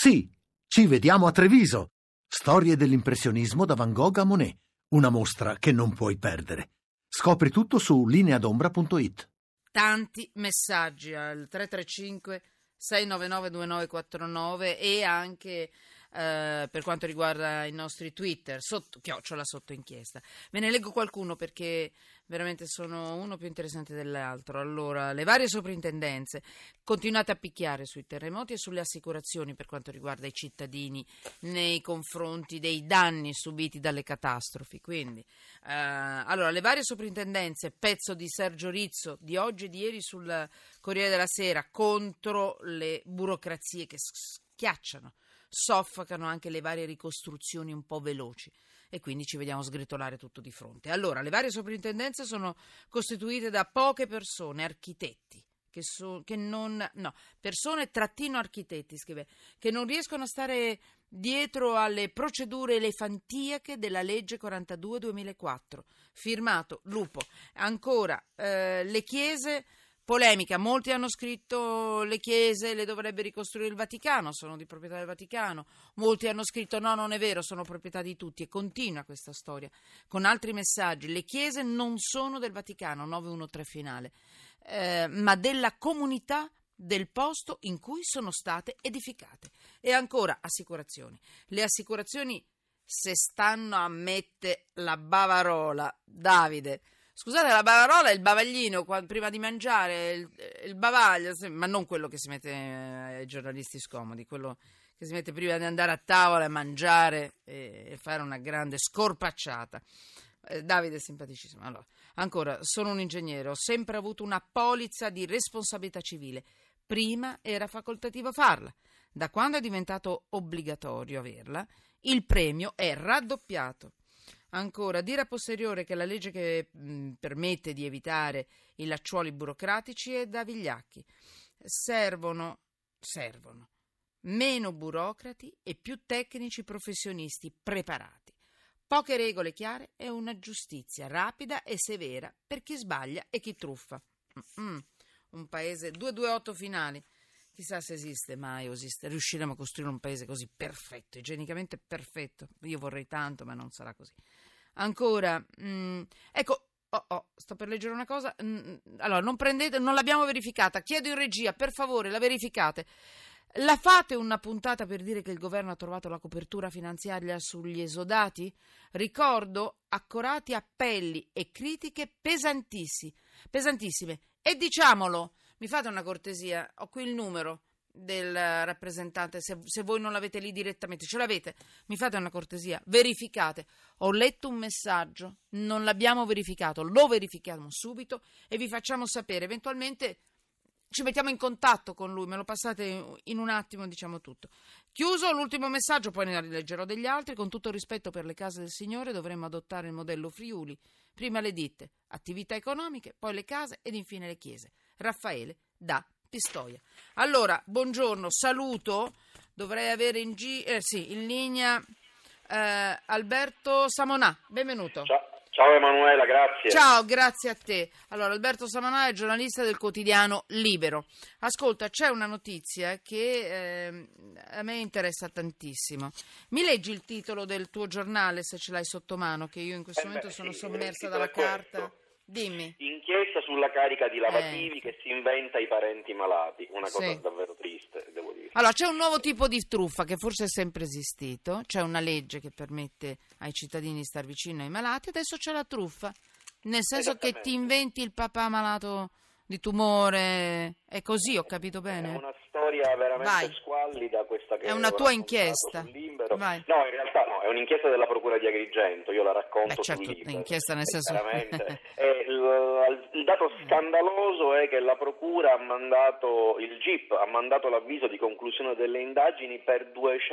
Sì, ci vediamo a Treviso. Storie dell'impressionismo da Van Gogh a Monet. Una mostra che non puoi perdere. Scopri tutto su lineadombra.it. Tanti messaggi al 335 699 2949 e anche per quanto riguarda i nostri Twitter, @ sotto inchiesta. Ve ne leggo qualcuno perché veramente sono uno più interessante dell'altro. Allora, le varie soprintendenze, continuate a picchiare sui terremoti e sulle assicurazioni per quanto riguarda i cittadini nei confronti dei danni subiti dalle catastrofi. Quindi, allora, le varie soprintendenze, pezzo di Sergio Rizzo di oggi e di ieri sul Corriere della Sera, contro le burocrazie che schiacciano, soffocano anche le varie ricostruzioni un po' veloci e quindi ci vediamo sgretolare tutto di fronte. Allora, le varie soprintendenze sono costituite da poche persone, architetti, persone-architetti, scrive, che non riescono a stare dietro alle procedure elefantiache della legge 42-2004, firmato Lupo. Ancora, le chiese. Polemica, molti hanno scritto le chiese le dovrebbe ricostruire il Vaticano, sono di proprietà del Vaticano, molti hanno scritto no, non è vero, sono proprietà di tutti, e continua questa storia con altri messaggi. Le chiese non sono del Vaticano, 913 finale, ma della comunità del posto in cui sono state edificate. E ancora assicurazioni. Le assicurazioni, se stanno a mettere la bavarola, Davide. Scusate, la bavarola è il bavaglino prima di mangiare, il bavaglio, ma non quello che si mette ai giornalisti scomodi, quello che si mette prima di andare a tavola e mangiare e fare una grande scorpacciata. Davide è simpaticissimo. Allora, ancora, sono un ingegnere, ho sempre avuto una polizza di responsabilità civile. Prima era facoltativo farla. Da quando è diventato obbligatorio averla, il premio è raddoppiato. Ancora, dire a posteriore che la legge che permette di evitare i lacciuoli burocratici è da vigliacchi. Servono meno burocrati e più tecnici professionisti preparati. Poche regole chiare e una giustizia rapida e severa per chi sbaglia e chi truffa. Un paese 228 finali. Chissà se esiste mai o riusciremo a costruire un paese così perfetto, igienicamente perfetto. Io vorrei tanto, ma non sarà così. Ancora, ecco, sto per leggere una cosa. Allora, non l'abbiamo verificata. Chiedo in regia, per favore, la verificate. La fate una puntata per dire che il governo ha trovato la copertura finanziaria sugli esodati? Ricordo accorati appelli e critiche pesantissime. E diciamolo, mi fate una cortesia, ho qui il numero del rappresentante, se voi non l'avete lì direttamente, ce l'avete, mi fate una cortesia, verificate. Ho letto un messaggio, non l'abbiamo verificato, lo verifichiamo subito e vi facciamo sapere, eventualmente ci mettiamo in contatto con lui, me lo passate in un attimo, diciamo tutto. Chiuso l'ultimo messaggio, poi ne rileggerò degli altri. Con tutto rispetto per le case del Signore, dovremmo adottare il modello Friuli, prima le ditte, attività economiche, poi le case ed infine le chiese. Raffaele da Pistoia. Allora, buongiorno, saluto, dovrei avere in linea Alberto Samonà, benvenuto. Ciao Emanuela, grazie. Ciao, grazie a te. Allora, Alberto Samonà è giornalista del quotidiano Libero. Ascolta, c'è una notizia che a me interessa tantissimo. Mi leggi il titolo del tuo giornale, se ce l'hai sotto mano, che io in questo momento sono sommersa dalla carta. Dimmi. Inchiesta sulla carica di lavativi che si inventa i parenti malati, una cosa davvero triste, devo dire. Allora, c'è un nuovo tipo di truffa che forse è sempre esistito, c'è una legge che permette ai cittadini di star vicino ai malati, adesso c'è la truffa, nel senso che ti inventi il papà malato di tumore, è così, ho capito bene? È una storia veramente squallida questa che è una tua inchiesta. Vai. No, in realtà no, è un'inchiesta della Procura di Agrigento, io la racconto sul Libero. Inchiesta nel senso... Veramente. Il dato scandaloso è che la Procura il GIP ha mandato l'avviso di conclusione delle indagini per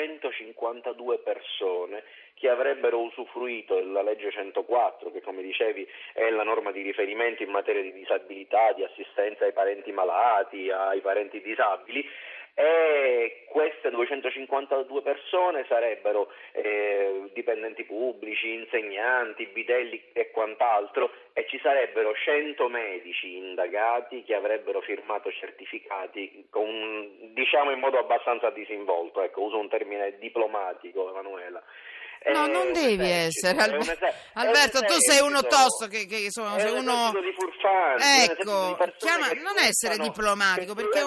252 persone che avrebbero usufruito della legge 104, che come dicevi è la norma di riferimento in materia di disabilità, di assistenza ai parenti malati, ai parenti disabili, e queste 252 persone sarebbero dipendenti pubblici, insegnanti, bidelli e quant'altro, e ci sarebbero 100 medici indagati che avrebbero firmato certificati diciamo in modo abbastanza disinvolto, ecco, uso un termine diplomatico, Emanuela. No, non devi essere, Alberto, tu sei uno tosto che insomma, sei uno di furfanti, ecco, non essere diplomatico, perché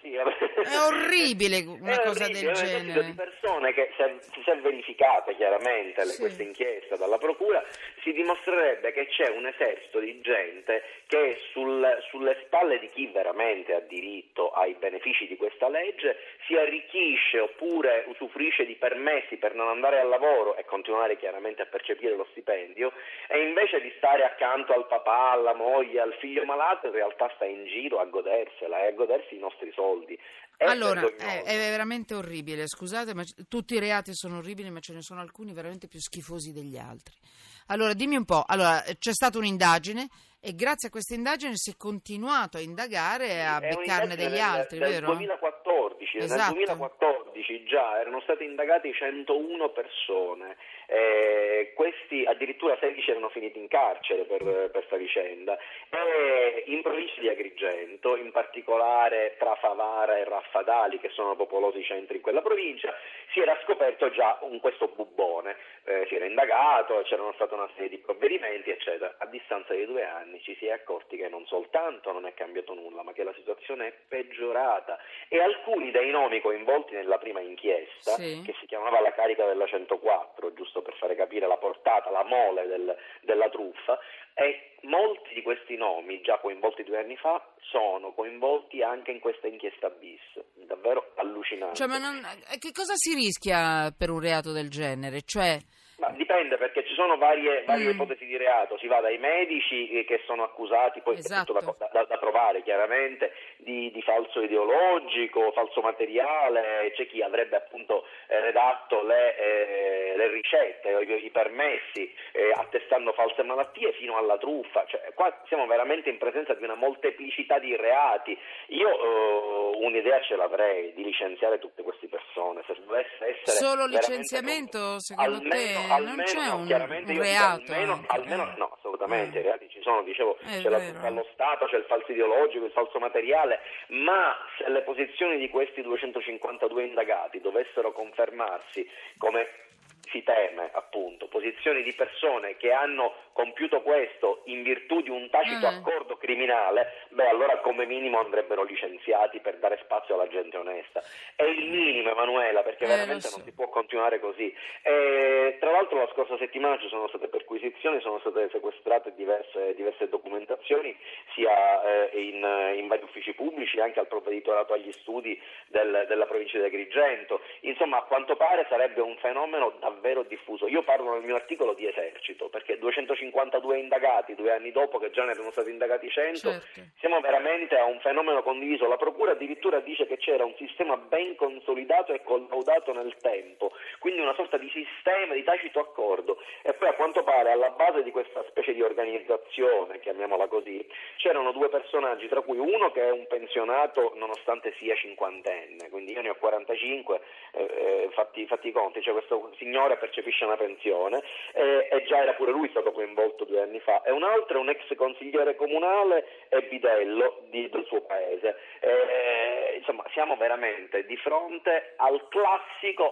è orribile una cosa del genere. Di persone che, se si è verificate chiaramente questa inchiesta dalla procura, si dimostrerebbe che c'è un esercito di gente che sulle spalle di chi veramente ha diritto ai benefici di questa legge si arricchisce oppure usufruisce di permessi per non andare al lavoro e continuare chiaramente a percepire lo stipendio, e invece di stare accanto al papà, alla moglie, al figlio malato, in realtà sta in giro a godersela e a godersi i nostri soldi. Allora, è veramente orribile, scusate, ma tutti i reati sono orribili, ma ce ne sono alcuni veramente più schifosi degli altri. Allora, dimmi un po', c'è stata un'indagine e grazie a questa indagine si è continuato a indagare e a beccarne degli altri, vero? 2014, esatto. Nel 2014 già erano state indagate 101 persone, questi addirittura 16 erano finiti in carcere per questa vicenda, e in provincia di Agrigento, in particolare tra Favara e Raffadali, che sono popolosi centri in quella provincia, si era scoperto già questo bubbone, si era indagato, c'erano state una serie di provvedimenti eccetera. A distanza di 2 anni ci si è accorti che non soltanto non è cambiato nulla, ma che la situazione è peggiorata, e alcuni dei nomi coinvolti nella prima inchiesta, che si chiamava la carica della 104, giusto per fare capire la portata, la mole della truffa, e molti di questi nomi, già coinvolti 2 anni fa, sono coinvolti anche in questa inchiesta bis. Davvero allucinante. Cioè, ma che cosa si rischia per un reato del genere? Cioè... Ma dipende, perché ci sono varie ipotesi di reato, si va dai medici che sono accusati, poi esatto. è tutto da provare chiaramente, di falso ideologico, falso materiale, c'è chi avrebbe appunto redatto le ricette, i permessi, attestando false malattie, fino alla truffa, cioè qua siamo veramente in presenza di una molteplicità di reati. Io un'idea ce l'avrei di licenziare tutte queste persone, se dovesse essere solo licenziamento, secondo te? Non c'è un reato? No, assolutamente, i reati ci sono, dicevo, c'è la truffa allo Stato, c'è il falso ideologico, il falso materiale, ma se le posizioni di questi 252 indagati dovessero confermarsi come si teme, appunto, posizioni di persone che hanno compiuto questo in virtù di un tacito accordo criminale, allora come minimo andrebbero licenziati per dare spazio alla gente onesta. È il minimo, Emanuela, perché veramente non si può continuare così. Tra l'altro la scorsa settimana ci sono state perquisizioni, sono state sequestrate diverse documentazioni, sia in vari uffici pubblici, anche al provveditorato agli studi della provincia di Agrigento. Insomma, a quanto pare sarebbe un fenomeno davvero diffuso. Io parlo nel mio articolo di esercito, perché 252 indagati 2 anni dopo che già ne erano stati indagati 100, certo. Siamo veramente a un fenomeno condiviso. La procura addirittura dice che c'era un sistema ben consolidato e collaudato nel tempo, quindi una sorta di sistema di tacito accordo, e poi a quanto pare alla base di questa specie di organizzazione, chiamiamola così, c'erano 2 personaggi, tra cui uno che è un pensionato nonostante sia cinquantenne, quindi io ne ho 45, fatti i conti, cioè questo signore percepisce una pensione, e già era pure lui stato coinvolto 2 anni fa, e un altro è un ex consigliere comunale e bidello del suo paese. Insomma, siamo veramente di fronte al classico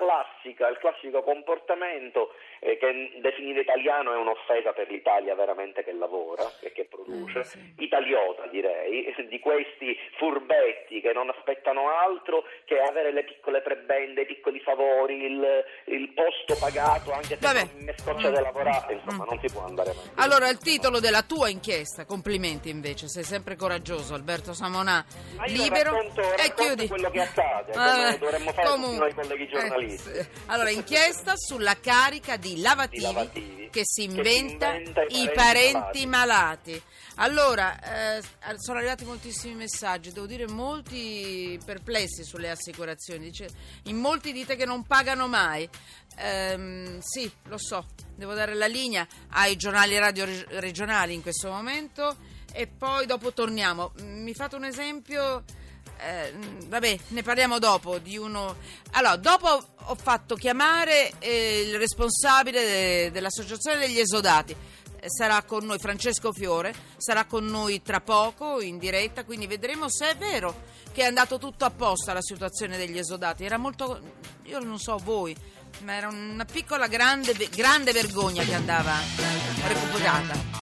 comportamento che definire italiano è un'offesa per l'Italia veramente che lavora e che produce, italiota direi, di questi furbetti che non aspettano altro che avere le piccole prebende, i piccoli favori, il posto pagato anche se non mi scoccia da lavorare, insomma non si può andare avanti. Allora, il titolo della tua inchiesta, complimenti invece, sei sempre coraggioso, Alberto Samonà, libero, e chiudi quello che accade, come dovremmo fare tutti noi colleghi giornalisti. Allora, inchiesta sulla carica di lavativi che si inventa i parenti malati. Allora, sono arrivati moltissimi messaggi, devo dire molti perplessi sulle assicurazioni. Dice, in molti dite che non pagano mai. Sì, lo so, devo dare la linea ai giornali radio regionali in questo momento e poi dopo torniamo. Mi fate un esempio Vabbè, ne parliamo dopo di uno. Allora, dopo ho fatto chiamare il responsabile dell'associazione degli esodati. Sarà con noi Francesco Fiore, sarà con noi tra poco in diretta, quindi vedremo se è vero che è andato tutto a posto la situazione degli esodati. Era molto, io non so voi, ma era una piccola grande vergogna che andava recuperata.